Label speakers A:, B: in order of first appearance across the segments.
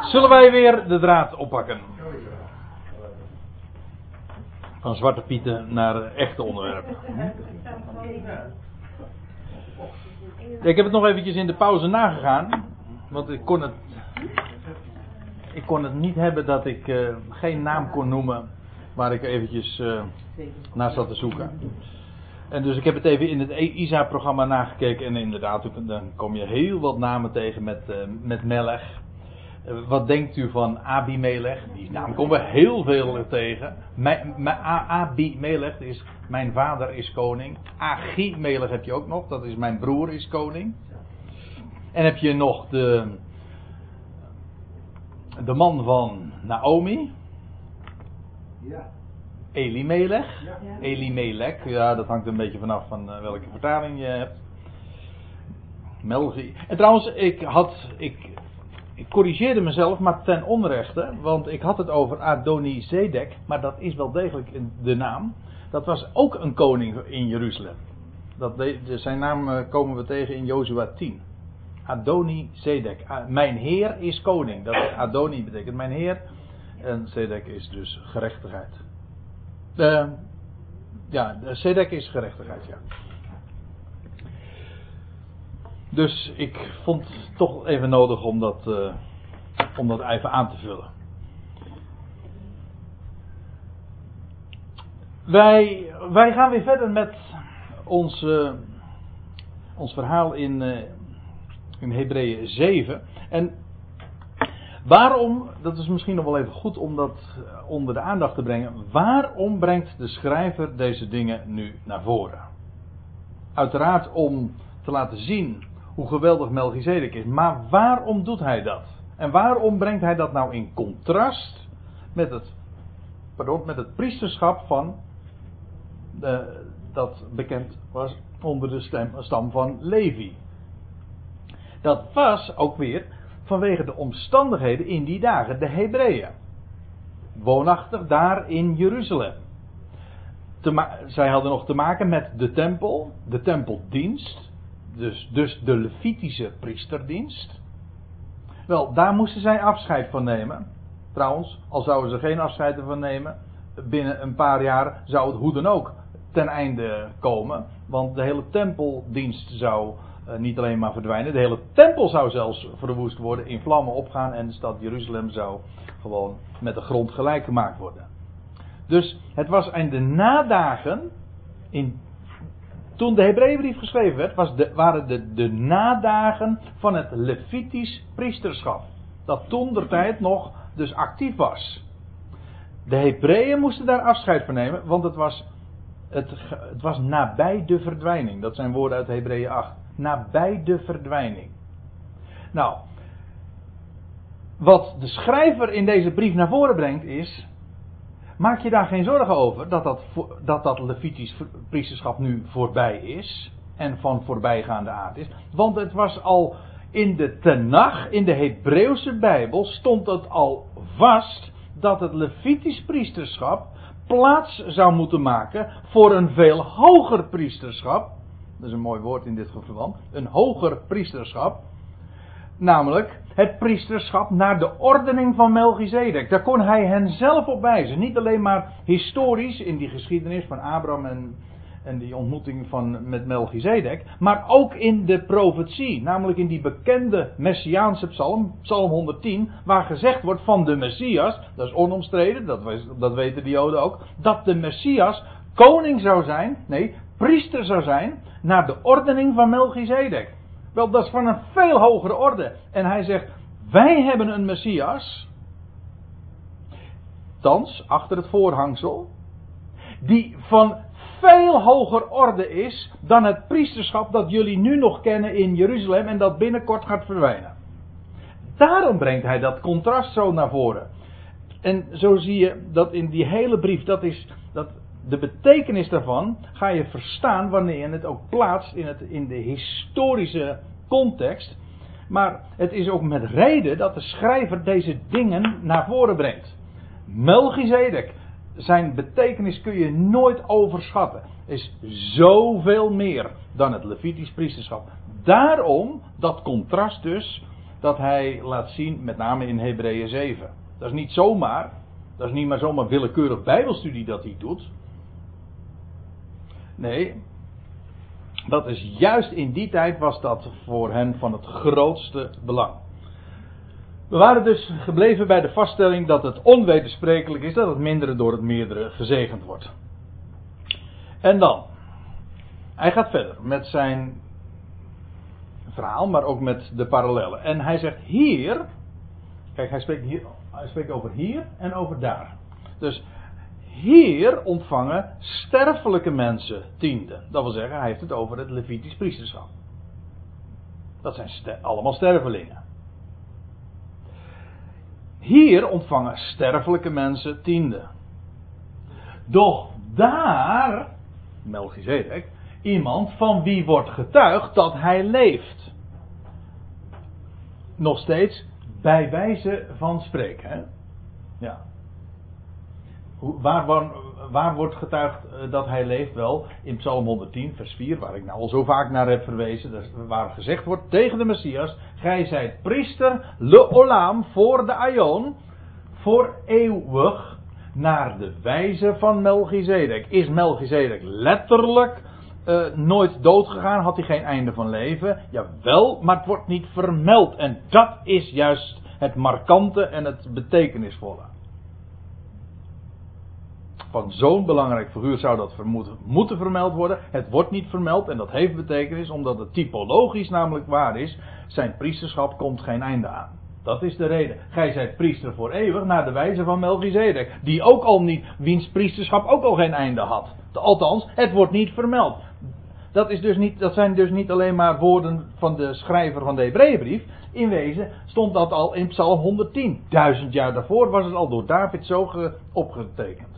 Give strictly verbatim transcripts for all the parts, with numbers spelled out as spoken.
A: Zullen wij weer de draad oppakken? Van Zwarte Pieten naar echte onderwerpen. Ik heb het nog eventjes in de pauze nagegaan. Want ik kon het... Ik kon het niet hebben dat ik uh, geen naam kon noemen waar ik eventjes uh, naar zat te zoeken. En dus ik heb het even in het I S A-programma nagekeken. En inderdaad, dan kom je heel wat namen tegen met, uh, met Melech. Uh, wat denkt u van Abimelech? Die naam komen we heel veel tegen. Abimelech is mijn vader is koning. Achimelech heb je ook nog. Dat is mijn broer is koning. En heb je nog de... De man van Naomi.
B: Ja.
A: Elimelech.
B: Ja.
A: Elimelech. Ja, dat hangt een beetje vanaf van uh, welke vertaling je hebt. Melchi. En trouwens, ik had... Ik, ik corrigeerde mezelf, maar ten onrechte. Want ik had het over Adonizedek. Maar dat is wel degelijk de naam. Dat was ook een koning in Jeruzalem. Dat de, de, zijn naam uh, komen we tegen in Jozua tien. Adonizedek. Uh, mijn heer is koning. Dat is Adoni betekent mijn heer. En Zedek is dus gerechtigheid. Uh, ja, Zedek is gerechtigheid, ja. Dus ik vond het toch even nodig om dat, uh, om dat even aan te vullen. Wij, wij gaan weer verder met ons, uh, ons verhaal in... Uh, In Hebreeën zeven. En waarom, dat is misschien nog wel even goed om dat onder de aandacht te brengen. Waarom brengt de schrijver deze dingen nu naar voren? Uiteraard om te laten zien hoe geweldig Melchizedek is. Maar waarom doet hij dat? En waarom brengt hij dat nou in contrast met het, pardon, met het priesterschap van, de, dat bekend was onder de stem, stam van Levi? Dat was ook weer vanwege de omstandigheden in die dagen, de Hebreeën. Woonachtig daar in Jeruzalem. Te ma- zij hadden nog te maken met de tempel, de tempeldienst. Dus, dus de Levitische priesterdienst. Wel, daar moesten zij afscheid van nemen. Trouwens, al zouden ze geen afscheid ervan nemen, binnen een paar jaar zou het hoe dan ook ten einde komen. Want de hele tempeldienst zou... Uh, niet alleen maar verdwijnen. De hele tempel zou zelfs verwoest worden, in vlammen opgaan en de stad Jeruzalem zou gewoon met de grond gelijk gemaakt worden. Dus het was in de nadagen, in, toen de Hebreeënbrief geschreven werd, was de, waren de, de nadagen van het Levitisch priesterschap. Dat toen der tijd nog dus actief was. De Hebreeën moesten daar afscheid van nemen, want het was, het, het was nabij de verdwijning. Dat zijn woorden uit Hebreeën acht. Nabij de verdwijning. Nou, wat de schrijver in deze brief naar voren brengt is... Maak je daar geen zorgen over dat dat, dat, dat Levitisch priesterschap nu voorbij is. En van voorbijgaande aard is. Want het was al in de Tenach, in de Hebreeuwse Bijbel, stond het al vast dat het Levitisch priesterschap plaats zou moeten maken voor een veel hoger priesterschap. Dat is een mooi woord in dit verband. Een hoger priesterschap. Namelijk het priesterschap naar de ordening van Melchizedek. Daar kon hij hen zelf op wijzen. Niet alleen maar historisch in die geschiedenis van Abraham en, en die ontmoeting van, met Melchizedek. Maar ook in de profetie. Namelijk in die bekende Messiaanse psalm, psalm honderdtien. Waar gezegd wordt van de Messias. Dat is onomstreden, dat, dat weten de Joden ook. Dat de Messias koning zou zijn. Nee, priester zou zijn. Naar de ordening van Melchizedek. Wel, dat is van een veel hogere orde. En hij zegt, wij hebben een Messias. Thans, achter het voorhangsel. Die van veel hoger orde is dan het priesterschap dat jullie nu nog kennen in Jeruzalem. En dat binnenkort gaat verdwijnen. Daarom brengt hij dat contrast zo naar voren. En zo zie je dat in die hele brief, dat is... dat de betekenis daarvan ga je verstaan wanneer je het ook plaatst in, het, in de historische context. Maar het is ook met reden dat de schrijver deze dingen naar voren brengt. Melchizedek, zijn betekenis kun je nooit overschatten. Is zoveel meer dan het Levitisch priesterschap. Daarom dat contrast dus dat hij laat zien, met name in Hebreeën zeven. Dat is niet zomaar, dat is niet maar zomaar willekeurig bijbelstudie dat hij doet. Nee, dat is juist in die tijd was dat voor hen van het grootste belang. We waren dus gebleven bij de vaststelling dat het onwedersprekelijk is dat het mindere door het meerdere gezegend wordt. En dan, hij gaat verder met zijn verhaal, maar ook met de parallellen. En hij zegt hier, kijk hij spreekt, hier, hij spreekt over hier en over daar. Dus hier ontvangen sterfelijke mensen tiende. Dat wil zeggen, hij heeft het over het Levitisch priesterschap. Dat zijn ster- allemaal stervelingen. Hier ontvangen sterfelijke mensen tiende. Doch daar, Melchizedek, iemand van wie wordt getuigd dat hij leeft. Nog steeds bij wijze van spreken. Hè? Ja. Hoe, waar, waar, waar wordt getuigd dat hij leeft? Wel, in Psalm honderdtien, vers vier, waar ik nou al zo vaak naar heb verwezen, waar gezegd wordt tegen de Messias: gij zijt priester, le olam, voor de aion, voor eeuwig, naar de wijze van Melchizedek. Is Melchizedek letterlijk uh, nooit doodgegaan? Had hij geen einde van leven? Jawel, maar het wordt niet vermeld. En dat is juist het markante en het betekenisvolle. Van zo'n belangrijk figuur zou dat vermoeden, moeten vermeld worden. Het wordt niet vermeld en dat heeft betekenis omdat het typologisch namelijk waar is. Zijn priesterschap komt geen einde aan. Dat is de reden. Gij zijt priester voor eeuwig naar de wijze van Melchizedek. Die ook al niet, wiens priesterschap ook al geen einde had. Althans, het wordt niet vermeld. Dat, is dus niet, dat zijn dus niet alleen maar woorden van de schrijver van de Hebreeënbrief. In wezen stond dat al in Psalm honderdtien. Duizend jaar daarvoor was het al door David zo ge, opgetekend.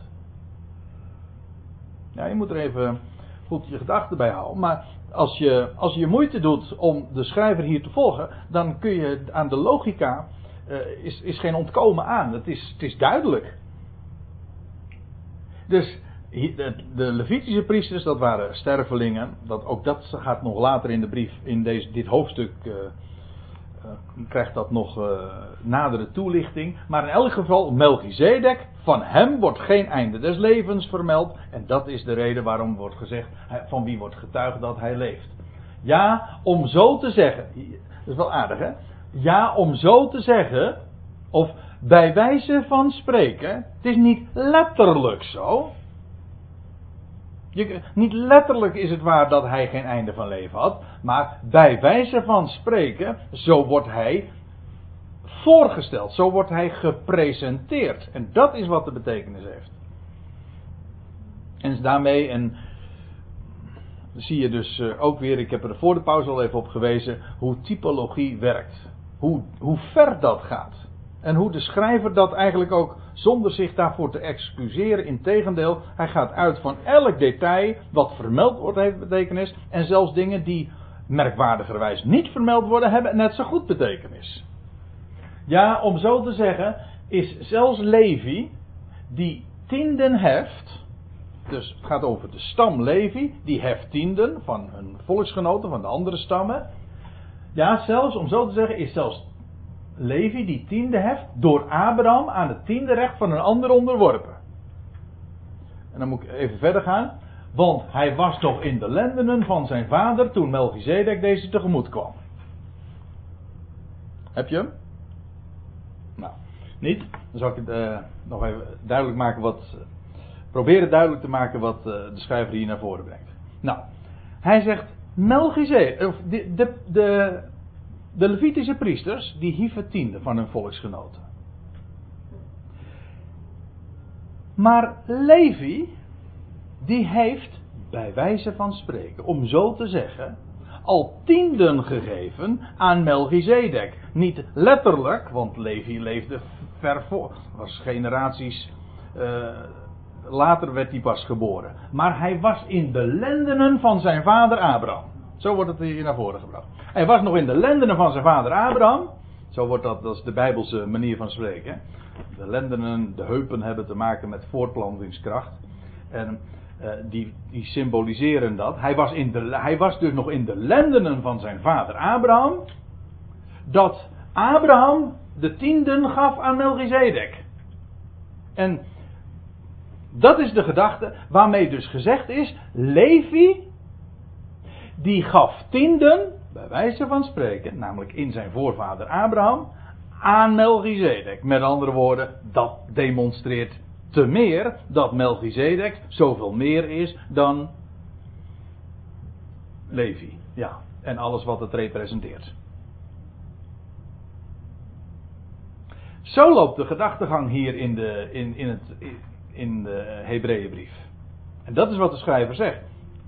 A: Ja, je moet er even goed je gedachten bij houden. Maar als je, als je je moeite doet om de schrijver hier te volgen, dan kun je aan de logica, uh, is, is geen ontkomen aan. Het is, het is duidelijk. Dus de, de Levitische priesters, dat waren stervelingen. Dat, ook dat gaat nog later in de brief, in deze, dit hoofdstuk, uh, uh, krijgt dat nog uh, nadere toelichting. Maar in elk geval, Melchizedek, van hem wordt geen einde des levens vermeld. En dat is de reden waarom wordt gezegd, van wie wordt getuigd dat hij leeft. Ja, om zo te zeggen, dat is wel aardig hè. Ja, om zo te zeggen, of bij wijze van spreken, het is niet letterlijk zo. Je, niet letterlijk is het waar dat hij geen einde van leven had, maar bij wijze van spreken, zo wordt hij voorgesteld, zo wordt hij gepresenteerd. En dat is wat de betekenis heeft. En daarmee, en zie je dus uh, ook weer, ik heb er voor de pauze al even op gewezen, hoe typologie werkt. Hoe, hoe ver dat gaat. En hoe de schrijver dat eigenlijk ook, zonder zich daarvoor te excuseren, integendeel, hij gaat uit van elk detail wat vermeld wordt heeft betekenis. En zelfs dingen die merkwaardigerwijs niet vermeld worden, hebben net zo goed betekenis. Ja, om zo te zeggen, is zelfs Levi, die tienden heft, dus het gaat over de stam Levi, die heft tienden van hun volksgenoten, van de andere stammen. Ja, zelfs, om zo te zeggen, is zelfs Levi, die tiende heft, door Abraham aan het tiende recht van een ander onderworpen. En dan moet ik even verder gaan. Want hij was toch in de lendenen van zijn vader toen Melchizedek deze tegemoet kwam. Heb je hem? Nou, niet? Dan zal ik het uh, nog even duidelijk maken wat... Uh, proberen duidelijk te maken wat uh, de schrijver hier naar voren brengt. Nou, hij zegt Melchizedek, of de, de, de, de Levitische priesters, die hieven tiende van hun volksgenoten. Maar Levi, die heeft, bij wijze van spreken, om zo te zeggen, al tienden gegeven aan Melchizedek. Niet letterlijk, want Levi leefde ver voor, was generaties, uh, later werd hij pas geboren. Maar hij was in de lendenen van zijn vader Abraham. Zo wordt het hier naar voren gebracht. Hij was nog in de lendenen van zijn vader Abraham. Zo wordt dat, dat is de Bijbelse manier van spreken. De lendenen, de heupen hebben te maken met voortplantingskracht. En uh, die, die symboliseren dat. Hij was, in de, hij was dus nog in de lendenen van zijn vader Abraham. Dat Abraham de tienden gaf aan Melchizedek. En dat is de gedachte waarmee dus gezegd is, Levi, die gaf tienden, bij wijze van spreken, namelijk in zijn voorvader Abraham, aan Melchizedek. Met andere woorden, dat demonstreert te meer dat Melchizedek zoveel meer is dan Levi. Ja, en alles wat het representeert. Zo loopt de gedachtegang hier in de, in, in het, in de Hebreeënbrief. En dat is wat de schrijver zegt.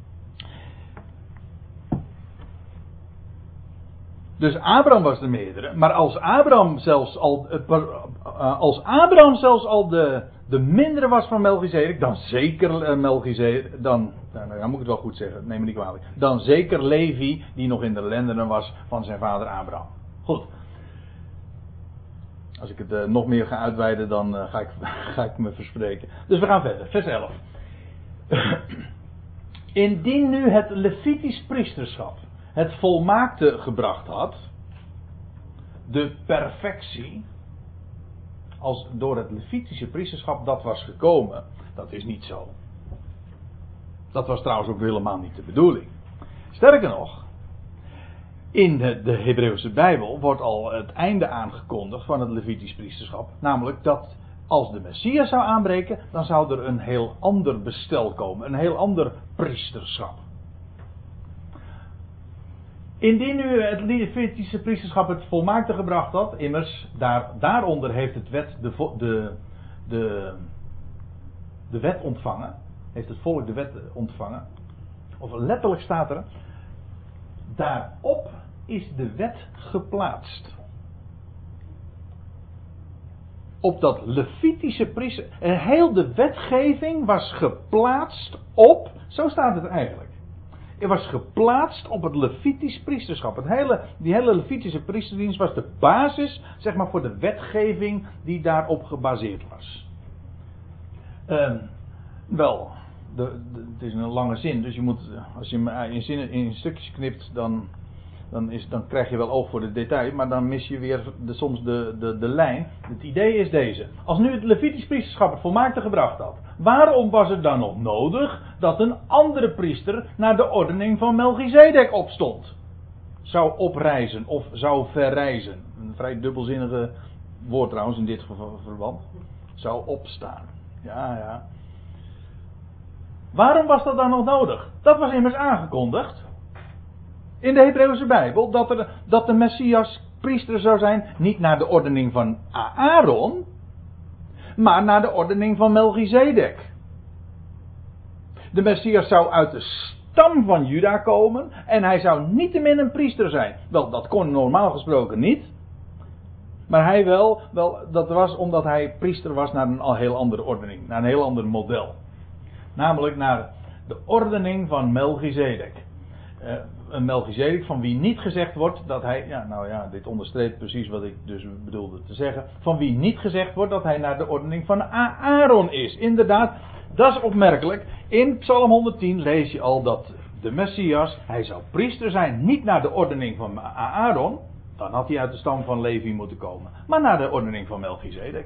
A: Dus Abraham was de meerdere, maar als Abraham zelfs al, als Abraham zelfs al de, de mindere was van Melchizedek, dan zeker Melchizedek, dan, nou, dan moet ik het wel goed zeggen, neem me niet kwalijk, dan zeker Levi, die nog in de lendenen was van zijn vader Abraham. Goed. Als ik het uh, nog meer ga uitweiden, dan uh, ga, ik, ga ik me verspreken. Dus we gaan verder, vers elf. Indien nu het Levitisch priesterschap het volmaakte gebracht had, de perfectie, als door het Levitische priesterschap dat was gekomen, dat is niet zo. Dat was trouwens ook helemaal niet de bedoeling. Sterker nog, in de, de Hebreeuwse Bijbel wordt al het einde aangekondigd van het Levitisch priesterschap, namelijk dat als de Messias zou aanbreken, dan zou er een heel ander bestel komen, een heel ander priesterschap. Indien nu het Levitische priesterschap het volmaakte gebracht had, immers daar, daaronder heeft het wet de, de, de, de wet ontvangen, heeft het volk de wet ontvangen, of letterlijk staat er, daarop is de wet geplaatst. Op dat Levitische priester, en heel de wetgeving was geplaatst op, zo staat het eigenlijk. Het was geplaatst op het Levitisch priesterschap. Het hele, die hele Levitische priesterdienst was de basis, zeg maar, voor de wetgeving die daarop gebaseerd was. Uh, wel, de, de, het is een lange zin, dus je moet, als je hem in, zinnen, in stukjes knipt, dan, dan, is, dan krijg je wel oog voor de detail, maar dan mis je weer de, soms de, de, de lijn. Het idee is deze. Als nu het Levitisch priesterschap het volmaakte gebracht had, waarom was het dan nog nodig dat een andere priester naar de ordening van Melchizedek opstond? Zou oprijzen of zou verrijzen. Een vrij dubbelzinnige woord trouwens in dit verband. Zou opstaan. Ja, ja. Waarom was dat dan nog nodig? Dat was immers aangekondigd in de Hebreeuwse Bijbel, dat, er, dat de Messias priester zou zijn, niet naar de ordening van Aaron, maar naar de ordening van Melchizedek. De Messias zou uit de stam van Juda komen en hij zou niettemin een priester zijn. Wel, dat kon normaal gesproken niet. Maar hij wel, wel, dat was omdat hij priester was naar een al heel andere ordening, naar een heel ander model. Namelijk naar de ordening van Melchizedek. Uh, een Melchizedek van wie niet gezegd wordt dat hij, ja, nou ja, dit onderstreept precies wat ik dus bedoelde te zeggen, van wie niet gezegd wordt dat hij naar de ordening van Aaron is. Inderdaad, dat is opmerkelijk. In Psalm honderdtien lees je al dat de Messias, hij zou priester zijn, niet naar de ordening van Aaron, dan had hij uit de stam van Levi moeten komen, maar naar de ordening van Melchizedek.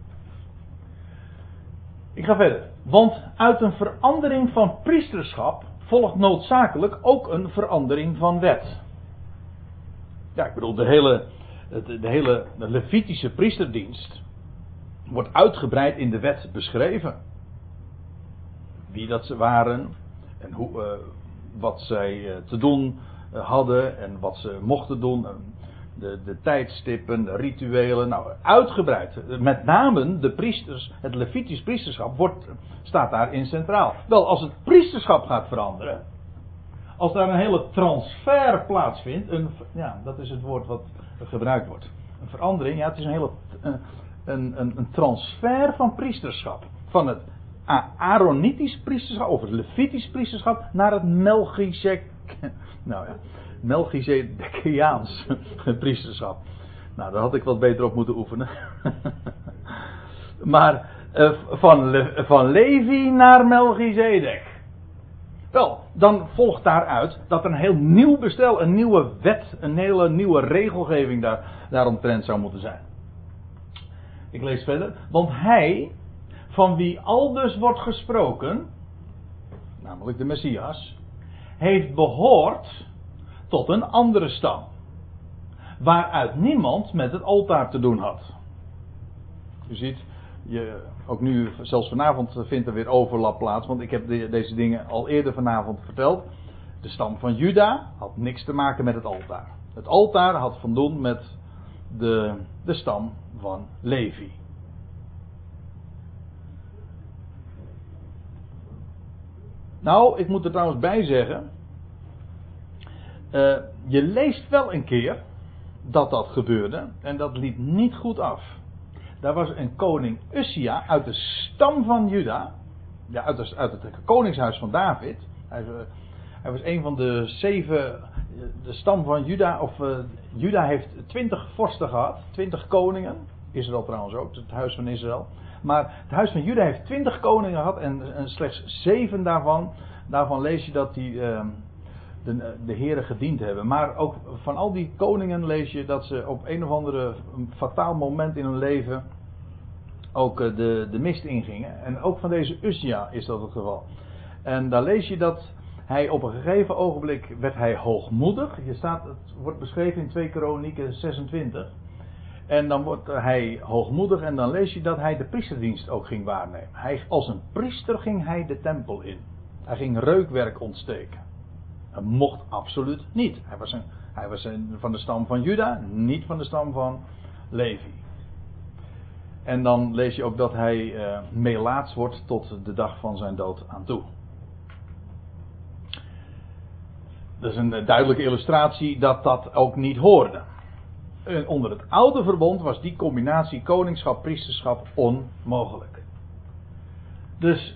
A: Ik ga verder. Want uit een verandering van priesterschap volgt noodzakelijk ook een verandering van wet. Ja, ik bedoel, de hele, de, de hele Levitische priesterdienst wordt uitgebreid in de wet beschreven. Wie dat ze waren en hoe, uh, wat zij uh, te doen uh, hadden en wat ze mochten doen. De, de tijdstippen, de rituelen, nou uitgebreid. Met name de priesters, het Levitisch priesterschap wordt, staat daarin centraal. Wel, als het priesterschap gaat veranderen, als daar een hele transfer plaatsvindt, een, ja, dat is het woord wat gebruikt wordt. Een verandering, ja, het is een hele een, een, een transfer van priesterschap. Van het Aaronitisch priesterschap, of het Levitisch priesterschap, naar het Melchizedek. Nou ja. Melchizedekiaans priesterschap. Nou, daar had ik wat beter op moeten oefenen. Maar uh, van, Le- van Levi naar Melchizedek. Wel, dan volgt daaruit dat er een heel nieuw bestel, een nieuwe wet, een hele nieuwe regelgeving daar, daaromtrent zou moeten zijn. Ik lees verder. Want hij, van wie aldus wordt gesproken, namelijk de Messias, heeft behoord tot een andere stam, waaruit niemand met het altaar te doen had. U ziet, je, ook nu, zelfs vanavond vindt er weer overlap plaats, want ik heb de, deze dingen al eerder vanavond verteld. De stam van Juda had niks te maken met het altaar. Het altaar had van doen met de, de stam van Levi. Nou, ik moet er trouwens bij zeggen, uh, je leest wel een keer dat dat gebeurde en dat liep niet goed af. Daar was een koning Uzia uit de stam van Juda. Ja, uit, de, uit het koningshuis van David. Hij, hij was een van de zeven. De stam van Juda. Of uh, Juda heeft twintig vorsten gehad. Twintig koningen. Israël trouwens ook. Het huis van Israël. Maar het huis van Juda heeft twintig koningen gehad. En, en slechts zeven daarvan. Daarvan lees je dat die. Uh, De, de heren gediend hebben. Maar ook van al die koningen lees je dat ze op een of andere een fataal moment in hun leven ook de, de mist ingingen. En ook van deze Uzia is dat het geval. En daar lees je dat hij op een gegeven ogenblik werd hij hoogmoedig. Je staat, het wordt beschreven in twee Kronieken zesentwintig. En dan wordt hij hoogmoedig en dan lees je dat hij de priesterdienst ook ging waarnemen. Hij, als een priester ging hij de tempel in. Hij ging reukwerk ontsteken. Dat mocht absoluut niet. Hij was, een, hij was een, van de stam van Juda, niet van de stam van Levi. En dan lees je ook dat hij uh, melaats wordt tot de dag van zijn dood aan toe. Dat is een uh, duidelijke illustratie dat dat ook niet hoorde. Uh, onder het oude verbond was die combinatie koningschap, priesterschap onmogelijk. Dus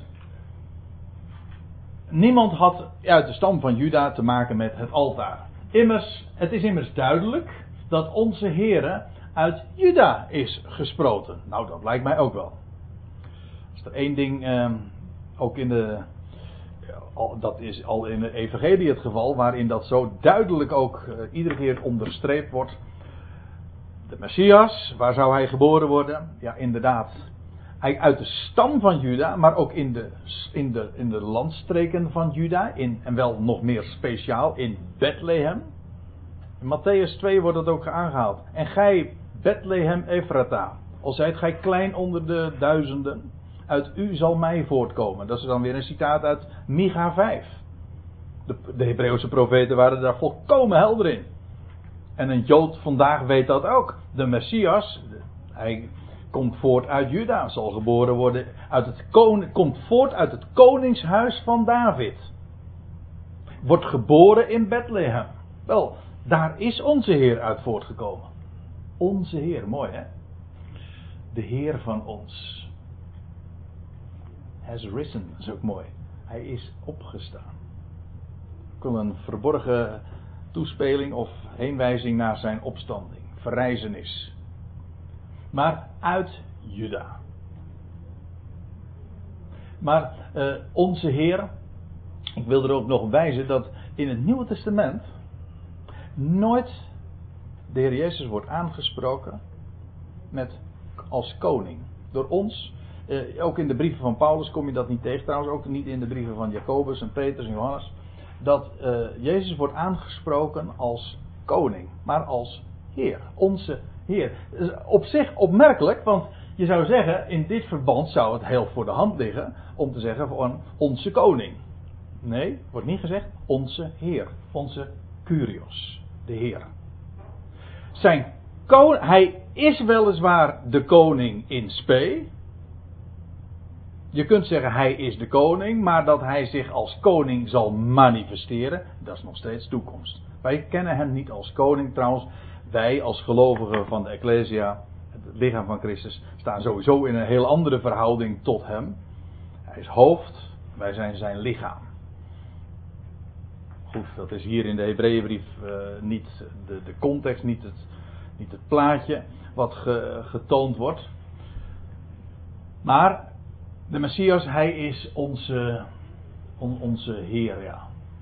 A: niemand had uit de stam van Juda te maken met het altaar. Immers, het is immers duidelijk dat onze Heere uit Juda is gesproten. Nou, dat lijkt mij ook wel. Als er één ding, eh, ook in de, al, dat is al in de evangelie het geval, waarin dat zo duidelijk ook eh, iedere keer onderstreept wordt. De Messias, waar zou hij geboren worden? Ja, inderdaad. Hij uit de stam van Juda, maar ook in de, in de, in de landstreken van Juda. In, en wel nog meer speciaal in Bethlehem. In Matthäus twee wordt dat ook aangehaald. En gij, Bethlehem Ephrata, al zijt gij klein onder de duizenden, uit u zal mij voortkomen. Dat is dan weer een citaat uit Micha vijf. De, de Hebreeuwse profeten waren daar volkomen helder in. En een Jood vandaag weet dat ook. De Messias, hij komt voort uit Juda, zal geboren worden uit het koning, komt voort uit het koningshuis van David. Wordt geboren in Bethlehem. Wel, daar is onze Heer uit voortgekomen. Onze Heer, mooi hè? De Heer van ons. Has risen, dat is ook mooi. Hij is opgestaan. Ik wil een verborgen toespeling of heenwijzing naar zijn opstanding. Verrijzenis. Maar uit Juda. Maar uh, onze Heer, ik wil er ook nog wijzen dat in het Nieuwe Testament nooit de Heer Jezus wordt aangesproken met als koning. Door ons, uh, ook in de brieven van Paulus kom je dat niet tegen, trouwens ook niet in de brieven van Jacobus en Petrus en Johannes, dat uh, Jezus wordt aangesproken als koning, maar als Heer, onze Heer. Op zich opmerkelijk, want je zou zeggen, in dit verband zou het heel voor de hand liggen om te zeggen van onze koning. Nee, wordt niet gezegd onze Heer, onze Kyrios, de Heer. Zijn koning, hij is weliswaar de koning in spe. Je kunt zeggen hij is de koning, maar dat hij zich als koning zal manifesteren, dat is nog steeds toekomst. Wij kennen hem niet als koning trouwens. Wij als gelovigen van de Ecclesia, het lichaam van Christus, staan sowieso in een heel andere verhouding tot hem. Hij is hoofd, wij zijn zijn lichaam. Goed, dat is hier in de Hebreeënbrief uh, niet de, de context, niet het, niet het plaatje wat ge, getoond wordt. Maar de Messias, hij is onze, On, onze Heer, ja.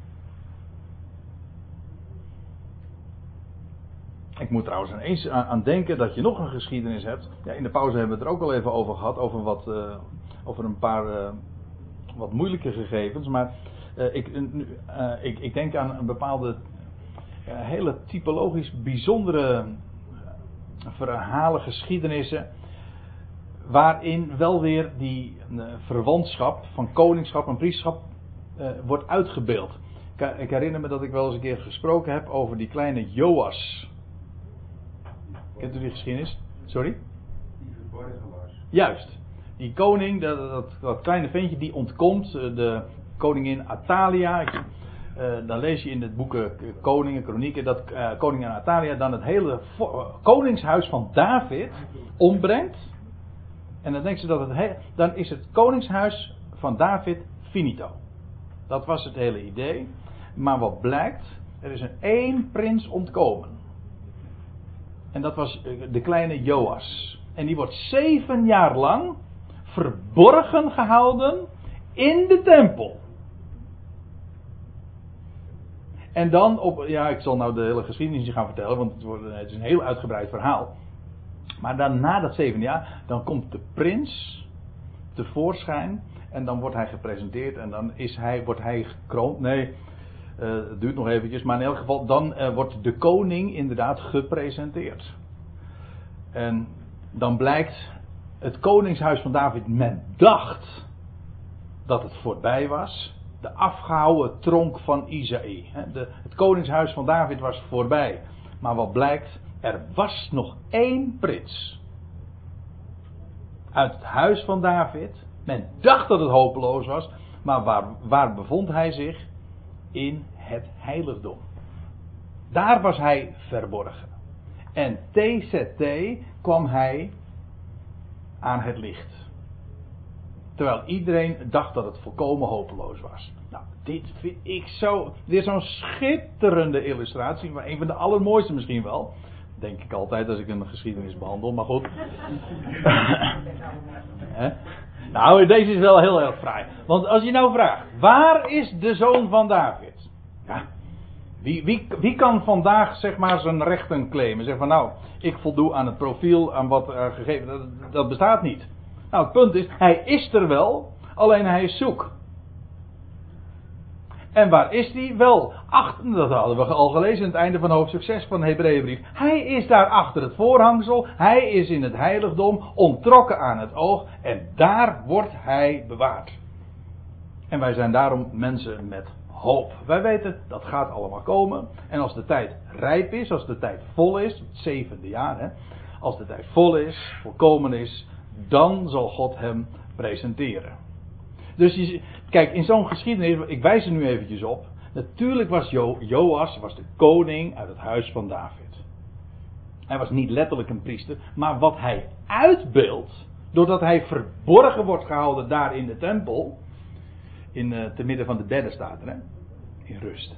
A: Ik moet trouwens eens aan, aan denken dat je nog een geschiedenis hebt. Ja, in de pauze hebben we het er ook al even over gehad. Over, wat, uh, over een paar uh, wat moeilijke gegevens. Maar uh, ik, uh, ik, ik denk aan een bepaalde uh, hele typologisch bijzondere verhalen, geschiedenissen. Waarin wel weer die uh, verwantschap van koningschap en priesterschap uh, wordt uitgebeeld. Ik, ik herinner me dat ik wel eens een keer gesproken heb over die kleine Joas. Kent u die geschiedenis? Sorry?
B: Die verborgen was.
A: Juist. Die koning, dat, dat, dat kleine ventje, die ontkomt. De koningin Athalia. Ik, uh, dan lees je in het boeken Koningen, Kronieken. Dat uh, koningin Athalia dan het hele vo- koningshuis van David ombrengt. En dan denkt ze dat het he- dan is het koningshuis van David finito. Dat was het hele idee. Maar wat blijkt, er is een één prins ontkomen. En dat was de kleine Joas. En die wordt zeven jaar lang verborgen gehouden in de tempel. En dan op, ja, ik zal nou de hele geschiedenis niet gaan vertellen, want het, wordt, het is een heel uitgebreid verhaal. Maar dan na dat zeven jaar, dan komt de prins tevoorschijn en dan wordt hij gepresenteerd en dan is hij, wordt hij gekroond. Nee, uh, het duurt nog eventjes, maar in elk geval dan uh, wordt de koning inderdaad gepresenteerd. En dan blijkt het koningshuis van David, men dacht dat het voorbij was. De afgehouwen tronk van Isaïe. De, het koningshuis van David was voorbij. Maar wat blijkt, er was nog één prins. Uit het huis van David. Men dacht dat het hopeloos was. Maar waar, waar bevond hij zich? In het heiligdom. Daar was hij verborgen. En T Z T kwam hij aan het licht. Terwijl iedereen dacht dat het volkomen hopeloos was. Nou, dit vind ik zo. Weer zo'n schitterende illustratie. Maar een van de allermooiste misschien wel. Denk ik altijd als ik een geschiedenis behandel. Maar goed. Nou, deze is wel heel erg fraai. Want als je nou vraagt. Waar is de zoon van David? Ja. Wie, wie, wie kan vandaag zeg maar zijn rechten claimen? Zeg van nou, ik voldoe aan het profiel, aan wat er gegeven. Dat, dat bestaat niet. Nou, het punt is, hij is er wel, alleen hij is zoek. En waar is hij? Wel, achter, dat hadden we al gelezen in het einde van hoofdstuk zes van de Hebreeënbrief. Hij is daar achter het voorhangsel, hij is in het heiligdom, onttrokken aan het oog en daar wordt hij bewaard. En wij zijn daarom mensen met hoop. Wij weten, dat gaat allemaal komen. En als de tijd rijp is, als de tijd vol is, het zevende jaar, hè, als de tijd vol is, volkomen is, dan zal God hem presenteren. Dus je, kijk, in zo'n geschiedenis, ik wijs er nu eventjes op. Natuurlijk was jo, Joas was de koning uit het huis van David. Hij was niet letterlijk een priester, maar wat hij uitbeeldt, doordat hij verborgen wordt gehouden daar in de tempel, in, uh, te midden van de bedden staat er, hè? In rust.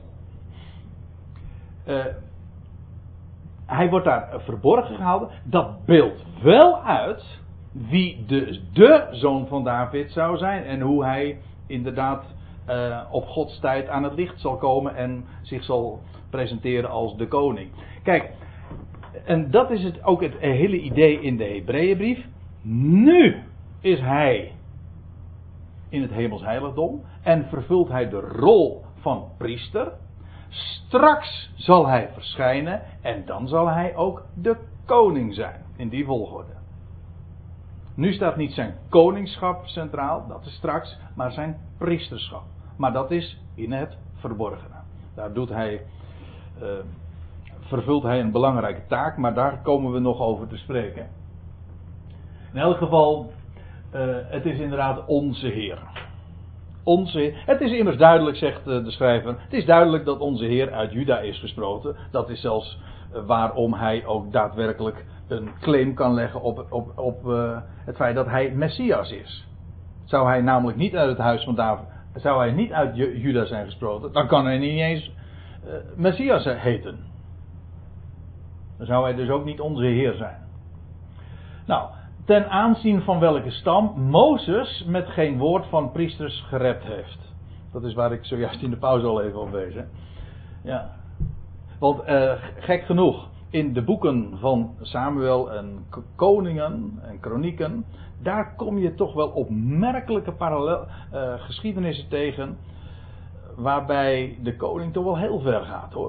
A: Uh, hij wordt daar verborgen gehouden. Dat beeldt wel uit wie de, de zoon van David zou zijn. En hoe hij inderdaad uh, op Gods tijd aan het licht zal komen en zich zal presenteren als de koning. Kijk, en dat is het, ook het hele idee in de Hebreeënbrief. Nu is hij in het hemels heiligdom en vervult hij de rol van priester. Straks zal hij verschijnen en dan zal hij ook de koning zijn. In die volgorde. Nu staat niet zijn koningschap centraal, dat is straks, maar zijn priesterschap. Maar dat is in het verborgene. Daar doet hij, uh, vervult hij een belangrijke taak, maar daar komen we nog over te spreken. In elk geval, uh, het is inderdaad onze Heer. Onze Heer. Het is immers duidelijk, zegt de schrijver, het is duidelijk dat onze Heer uit Juda is gesproten. Dat is zelfs uh, waarom hij ook daadwerkelijk een claim kan leggen op, op, op uh, het feit dat hij Messias is. Zou hij namelijk niet uit het huis van David, zou hij niet uit Juda zijn gesproten, dan kan hij niet eens uh, Messias heten. Dan zou hij dus ook niet onze Heer zijn. Nou, ten aanzien van welke stam Mozes met geen woord van priesters gerept heeft. Dat is waar ik zojuist in de pauze al even op wees. Hè? Ja. Want uh, gek genoeg, in de boeken van Samuel en k- koningen en kronieken, daar kom je toch wel opmerkelijke parallel, uh, geschiedenissen tegen, waarbij de koning toch wel heel ver gaat, hoor.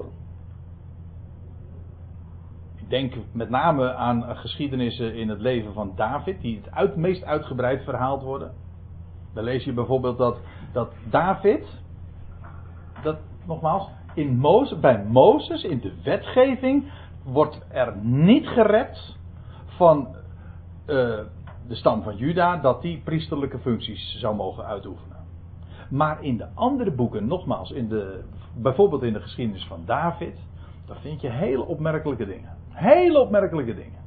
A: Ik denk met name aan geschiedenissen in het leven van David, die het uit, meest uitgebreid verhaald worden. Dan lees je bijvoorbeeld dat, dat David, dat nogmaals, in Mozes, bij Mozes, in de wetgeving, wordt er niet gered van uh, de stam van Juda, dat die priesterlijke functies zou mogen uitoefenen. Maar in de andere boeken, nogmaals, in de, bijvoorbeeld in de geschiedenis van David, daar vind je hele opmerkelijke dingen. Hele opmerkelijke dingen.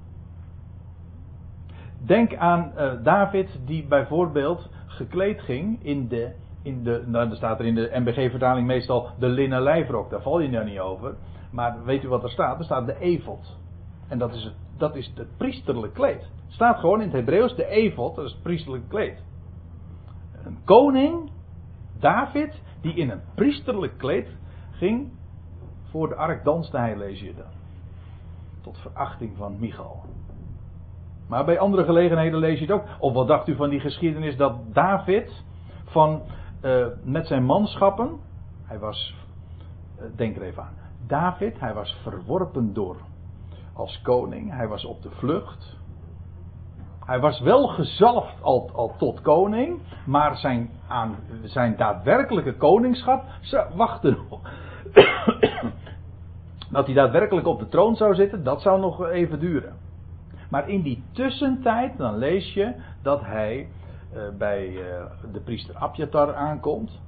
A: Denk aan uh, David die bijvoorbeeld gekleed ging in de, in de, nou dan staat er in de M B G-vertaling meestal de linnen lijfrok, daar val je nou niet over. Maar weet u wat er staat? Er staat de efod. En dat is het, dat is het priesterlijk kleed. Het staat gewoon in het Hebreeuws, de efod, dat is het priesterlijk kleed. Een koning, David, die in een priesterlijk kleed ging, voor de ark danste hij, lees je dan. Tot verachting van Michal. Maar bij andere gelegenheden lees je het ook. Of wat dacht u van die geschiedenis dat David van, uh, met zijn manschappen, hij was, uh, denk er even aan, David, hij was verworpen door als koning, hij was op de vlucht. Hij was wel gezalfd al, al tot koning, maar zijn, aan, zijn daadwerkelijke koningschap, ze wachten nog. Dat hij daadwerkelijk op de troon zou zitten, dat zou nog even duren. Maar in die tussentijd, dan lees je dat hij uh, bij uh, de priester Abjatar aankomt.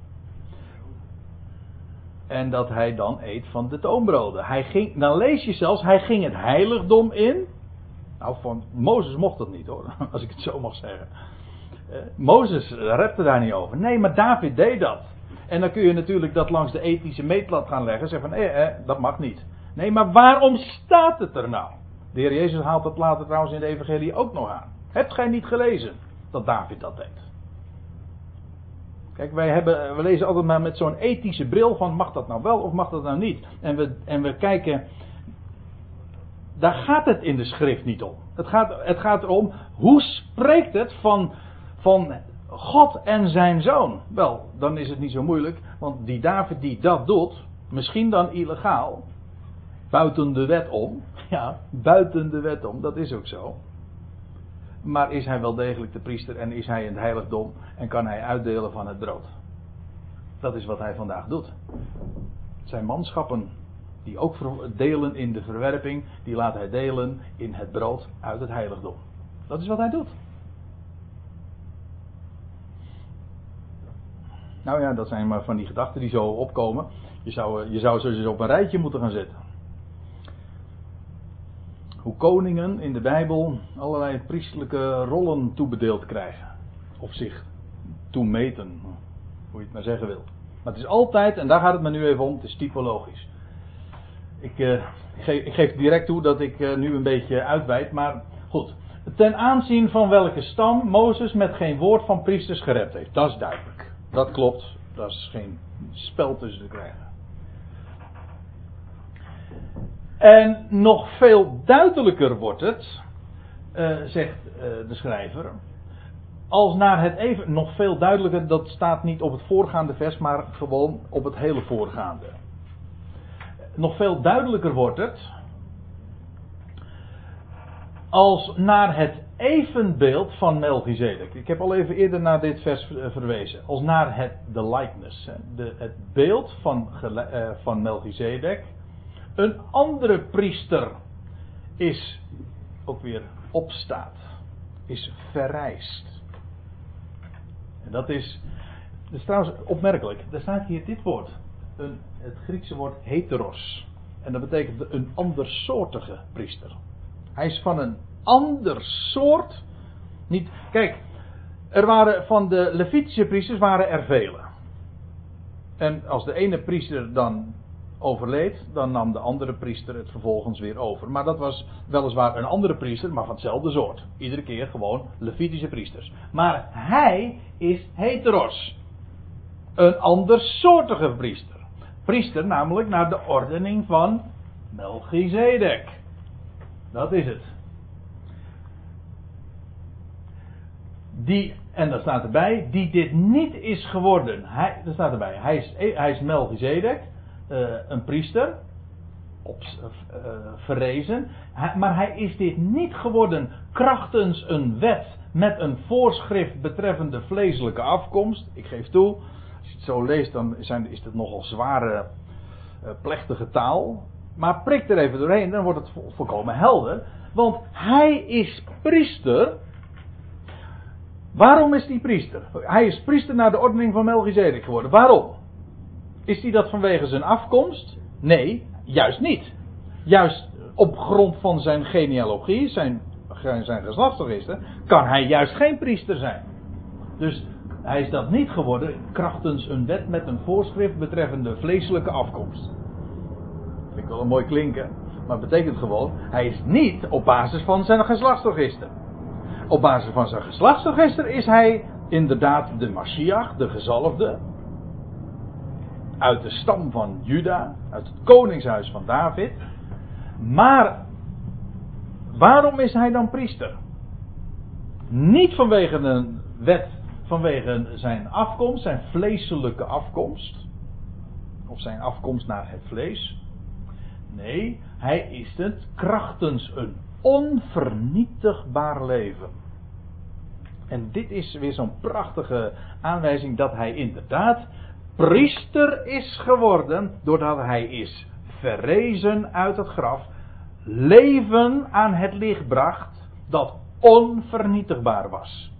A: En dat hij dan eet van de toonbroden. Hij ging, dan lees je zelfs, hij ging het heiligdom in. Nou, van Mozes mocht dat niet hoor, als ik het zo mag zeggen. Uh, Mozes repte daar niet over. Nee, maar David deed dat. En dan kun je natuurlijk dat langs de ethische meetlat gaan leggen. Zeggen van, eh, eh, dat mag niet. Nee, maar waarom staat het er nou? De Heer Jezus haalt dat later trouwens in de evangelie ook nog aan. Hebt gij niet gelezen dat David dat deed? Kijk, wij hebben, we lezen altijd maar met zo'n ethische bril van mag dat nou wel of mag dat nou niet? En we, en we kijken, daar gaat het in de schrift niet om. Het gaat, het gaat erom, hoe spreekt het van, van God en zijn zoon? Wel, dan is het niet zo moeilijk, want die David die dat doet, misschien dan illegaal, buiten de wet om. Ja, buiten de wet om, dat is ook zo. Maar is hij wel degelijk de priester en is hij in het heiligdom en kan hij uitdelen van het brood? Dat is wat hij vandaag doet. Zijn manschappen die ook delen in de verwerping, die laat hij delen in het brood uit het heiligdom. Dat is wat hij doet. Nou ja, dat zijn maar van die gedachten die zo opkomen. Je zou, je zou ze dus op een rijtje moeten gaan zetten. Hoe koningen in de Bijbel allerlei priestelijke rollen toebedeeld krijgen. Of zich toemeten. Hoe je het maar zeggen wil. Maar het is altijd, en daar gaat het me nu even om, het is typologisch. Ik, uh, ik, geef, ik geef direct toe dat ik uh, nu een beetje uitweid, maar goed. Ten aanzien van welke stam Mozes met geen woord van priesters gerept heeft. Dat is duidelijk. Dat klopt. Daar is geen spel tussen te krijgen. En nog veel duidelijker wordt het, uh, zegt uh, de schrijver, als naar het even, nog veel duidelijker, dat staat niet op het voorgaande vers, maar gewoon op het hele voorgaande. Nog veel duidelijker wordt het, als naar het evenbeeld van Melchizedek. Ik heb al even eerder naar dit vers verwezen. Als naar het, de likeness, de, het beeld van, uh, van Melchizedek. Een andere priester is ook weer opstaat. Is verrijst. En dat is, dat is trouwens opmerkelijk. Er staat hier dit woord. Een, het Griekse woord heteros. En dat betekent een andersoortige priester. Hij is van een ander soort. Niet, kijk, er waren van de Levitische priesters waren er vele. En als de ene priester dan overleed, dan nam de andere priester het vervolgens weer over. Maar dat was weliswaar een andere priester, maar van hetzelfde soort. Iedere keer gewoon Levitische priesters. Maar hij is heteros. een andersoortige priester. Priester namelijk naar de ordening van Melchizedek. Dat is het. Die, en daar staat erbij, die dit niet is geworden. Hij, daar staat erbij, hij is, hij is Melchizedek, uh, een priester, op, uh, verrezen. Hij, maar hij is dit niet geworden krachtens een wet met een voorschrift betreffende vleeselijke afkomst. Ik geef toe, als je het zo leest, dan zijn, is het nogal zware, uh, plechtige taal. Maar prik er even doorheen, dan wordt het vo- volkomen helder. Want hij is priester. Waarom is hij priester? Hij is priester naar de ordening van Melchizedek geworden. Waarom? Is hij dat vanwege zijn afkomst? Nee, juist niet. Juist op grond van zijn genealogie, zijn, zijn geslachtsregister, kan hij juist geen priester zijn. Dus hij is dat niet geworden krachtens een wet met een voorschrift betreffende vleeselijke afkomst. Vind ik wel een mooi klinken, maar het betekent gewoon, hij is niet op basis van zijn geslachtsregister. Op basis van zijn geslachtsregister is hij inderdaad de Mashiach, de gezalfde. Uit de stam van Juda, uit het koningshuis van David. Maar waarom is hij dan priester? Niet vanwege een wet, vanwege zijn afkomst, zijn vleeselijke afkomst. Of zijn afkomst naar het vlees. Nee, hij is het krachtens een onvernietigbaar leven. En dit is weer zo'n prachtige aanwijzing dat hij inderdaad priester is geworden doordat hij is verrezen uit het graf, leven aan het licht bracht dat onvernietigbaar was.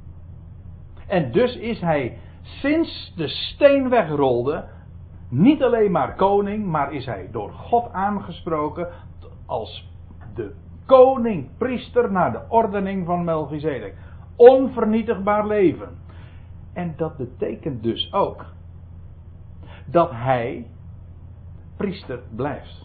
A: En dus is hij sinds de steen wegrolde niet alleen maar koning, maar is hij door God aangesproken als de koning, priester naar de ordening van Melchizedek. Onvernietigbaar leven. En dat betekent dus ook dat hij priester blijft.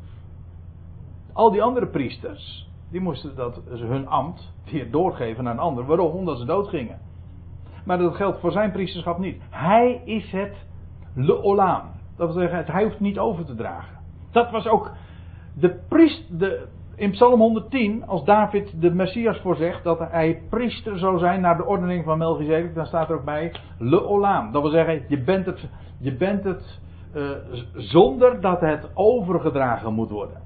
A: Al die andere priesters, die moesten dat, hun ambt weer doorgeven aan een ander. Waarom? Omdat ze doodgingen. Maar dat geldt voor zijn priesterschap niet. Hij is het leolam. Dat wil zeggen, hij hoeft niet over te dragen. Dat was ook de priest, de, in Psalm honderdtien, als David de Messias voorzegt dat hij priester zou zijn naar de ordening van Melchizedek, dan staat er ook bij leolam. Dat wil zeggen, je bent het, je bent het uh, zonder dat het overgedragen moet worden.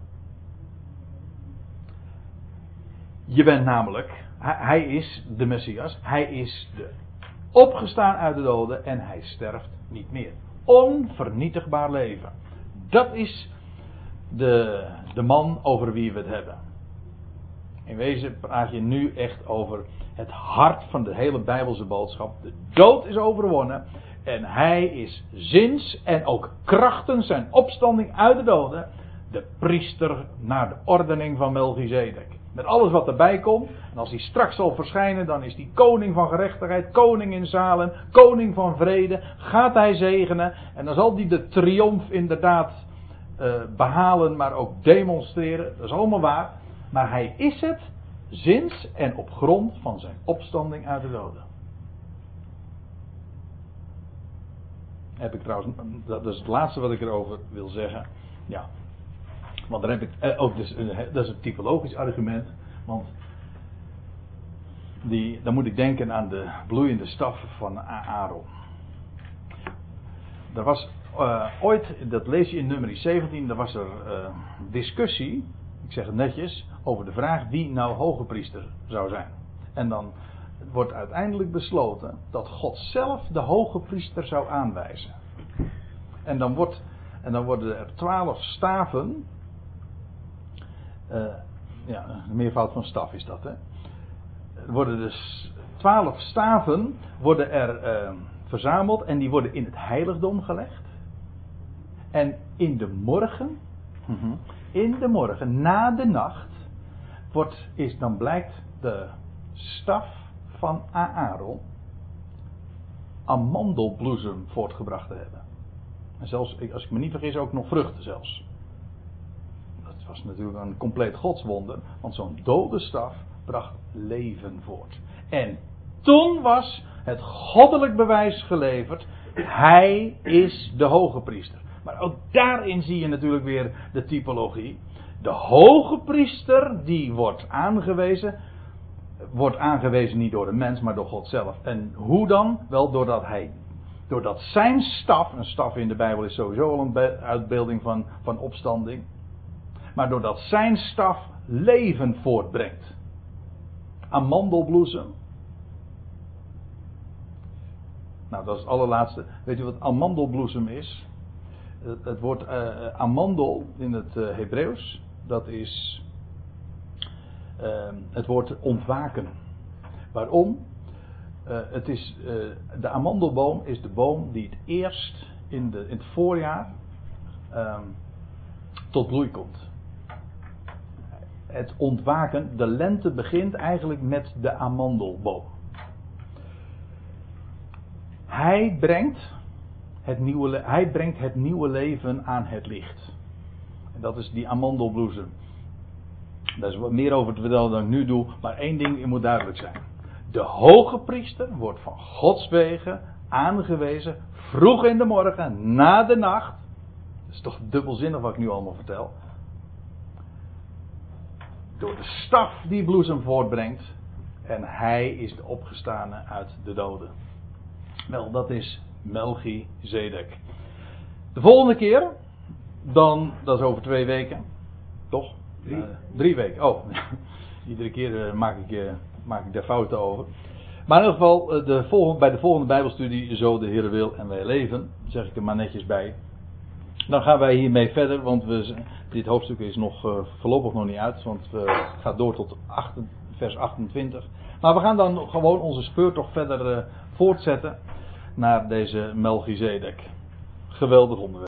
A: Je bent namelijk, hij, hij is de Messias, hij is de opgestaan uit de doden en hij sterft niet meer. Onvernietigbaar leven. Dat is de, de man over wie we het hebben. In wezen praat je nu echt over het hart van de hele Bijbelse boodschap. De dood is overwonnen en hij is zins en ook krachtens zijn opstanding uit de doden de priester naar de ordening van Melchizedek. Met alles wat erbij komt. En als hij straks zal verschijnen, dan is hij koning van gerechtigheid, koning in Salem, koning van vrede. Gaat hij zegenen. En dan zal hij de triomf inderdaad uh, behalen, maar ook demonstreren. Dat is allemaal waar. Maar hij is het zins en op grond van zijn opstanding uit de doden. Heb ik trouwens, dat is het laatste wat ik erover wil zeggen. Ja. Want daar heb ik eh, ook dus, uh, dat is een typologisch argument. Want die, dan moet ik denken aan de bloeiende staf van Aaron. Er was uh, ooit, dat lees je in nummer zeventien, daar was er uh, discussie, ik zeg het netjes, over de vraag wie nou hoge priester zou zijn. En dan wordt uiteindelijk besloten dat God zelf de hoge priester zou aanwijzen. En dan, wordt, en dan worden er twaalf staven. Uh, ja, een meervoud van staf is dat, hè. Er worden dus twaalf staven worden er uh, verzameld en die worden in het heiligdom gelegd. En in de morgen, uh-huh, in de morgen, na de nacht, wordt, is, dan blijkt de staf van Aaron amandelbloesem voortgebracht te hebben. En zelfs, als ik me niet vergis, ook nog vruchten zelfs. Dat was natuurlijk een compleet godswonder, want zo'n dode staf bracht leven voort. En toen was het goddelijk bewijs geleverd. Hij is de hoge priester. Maar ook daarin zie je natuurlijk weer de typologie. De hoge priester die wordt aangewezen. Wordt aangewezen niet door de mens, maar door God zelf. En hoe dan? Wel doordat hij. Doordat zijn staf. Een staf in de Bijbel is sowieso al een uitbeelding van, van opstanding. Maar doordat zijn staf leven voortbrengt. Amandelbloesem. Nou, dat is het allerlaatste. Weet u wat amandelbloesem is? Het, het woord uh, amandel in het uh, Hebreeuws. Dat is uh, het woord ontwaken. Waarom? Uh, het is, uh, de amandelboom is de boom die het eerst in, de, in het voorjaar uh, tot bloei komt. Het ontwaken, de lente begint eigenlijk met de amandelboom. Hij brengt het nieuwe, hij brengt het nieuwe leven aan het licht. En dat is die amandelbloesem. Daar is wat meer over te vertellen dan ik nu doe, maar één ding moet duidelijk zijn. De hoge priester wordt van Gods wegen aangewezen, vroeg in de morgen, na de nacht. Dat is toch dubbelzinnig wat ik nu allemaal vertel. Door de staf die bloesem voortbrengt. En hij is de opgestane uit de doden. Wel, dat is Melchizedek. De volgende keer, dan, dat is over twee weken. Toch?
B: Drie,
A: uh, drie weken. Oh, iedere keer uh, maak, ik, uh, maak ik daar fouten over. Maar in ieder geval, uh, de volgende, bij de volgende Bijbelstudie, zo de Heere wil en wij leven, zeg ik er maar netjes bij. Dan gaan wij hiermee verder, want we, dit hoofdstuk is nog uh, voorlopig nog niet uit, want het uh, gaat door tot acht, vers achtentwintig. Maar we gaan dan gewoon onze speurtocht verder uh, voortzetten naar deze Melchizedek. Geweldig onderwerp.